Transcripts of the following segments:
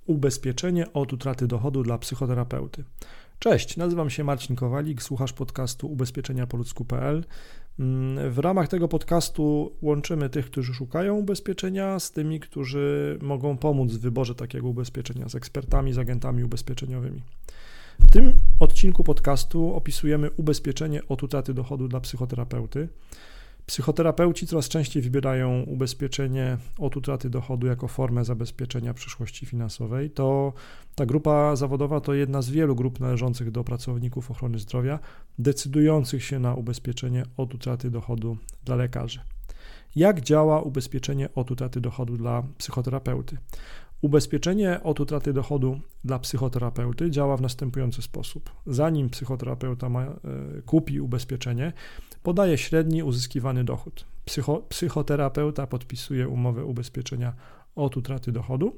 Ubezpieczenie od utraty dochodu dla psychoterapeuty. Cześć, nazywam się Marcin Kowalik, słuchasz podcastu ubezpieczeniapoludzku.pl. W ramach tego podcastu łączymy tych, którzy szukają ubezpieczenia z tymi, którzy mogą pomóc w wyborze takiego ubezpieczenia, z ekspertami, z agentami ubezpieczeniowymi. W tym odcinku podcastu opisujemy ubezpieczenie od utraty dochodu dla psychoterapeuty. Psychoterapeuci coraz częściej wybierają ubezpieczenie od utraty dochodu jako formę zabezpieczenia przyszłości finansowej. Ta grupa zawodowa to jedna z wielu grup należących do pracowników ochrony zdrowia, decydujących się na ubezpieczenie od utraty dochodu dla lekarzy. Jak działa ubezpieczenie od utraty dochodu dla psychoterapeuty? Ubezpieczenie od utraty dochodu dla psychoterapeuty działa w następujący sposób. Zanim psychoterapeuta kupi ubezpieczenie, podaje średni uzyskiwany dochód. Psychoterapeuta podpisuje umowę ubezpieczenia od utraty dochodu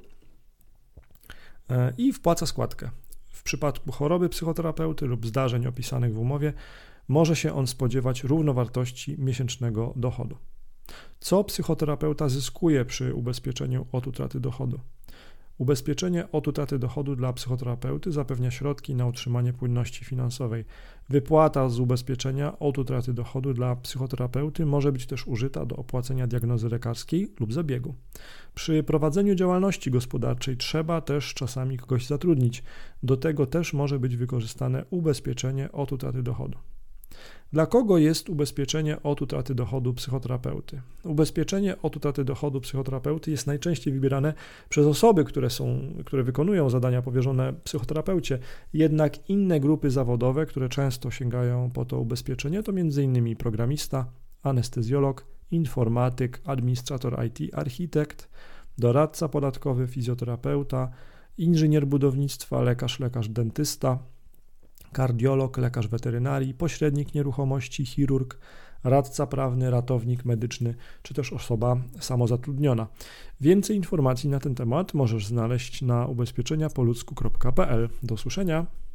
i wpłaca składkę. W przypadku choroby psychoterapeuty lub zdarzeń opisanych w umowie może się on spodziewać równowartości miesięcznego dochodu. Co psychoterapeuta zyskuje przy ubezpieczeniu od utraty dochodu? Ubezpieczenie od utraty dochodu dla psychoterapeuty zapewnia środki na utrzymanie płynności finansowej. Wypłata z ubezpieczenia od utraty dochodu dla psychoterapeuty może być też użyta do opłacenia diagnozy lekarskiej lub zabiegu. Przy prowadzeniu działalności gospodarczej trzeba też czasami kogoś zatrudnić. Do tego też może być wykorzystane ubezpieczenie od utraty dochodu. Dla kogo jest ubezpieczenie od utraty dochodu psychoterapeuty? Ubezpieczenie od utraty dochodu psychoterapeuty jest najczęściej wybierane przez osoby, które wykonują zadania powierzone psychoterapeucie, jednak inne grupy zawodowe, które często sięgają po to ubezpieczenie, to m.in. programista, anestezjolog, informatyk, administrator IT, architekt, doradca podatkowy, fizjoterapeuta, inżynier budownictwa, lekarz dentysta, kardiolog, lekarz weterynarii, pośrednik nieruchomości, chirurg, radca prawny, ratownik medyczny, czy też osoba samozatrudniona. Więcej informacji na ten temat możesz znaleźć na ubezpieczeniapoludzku.pl. Do usłyszenia.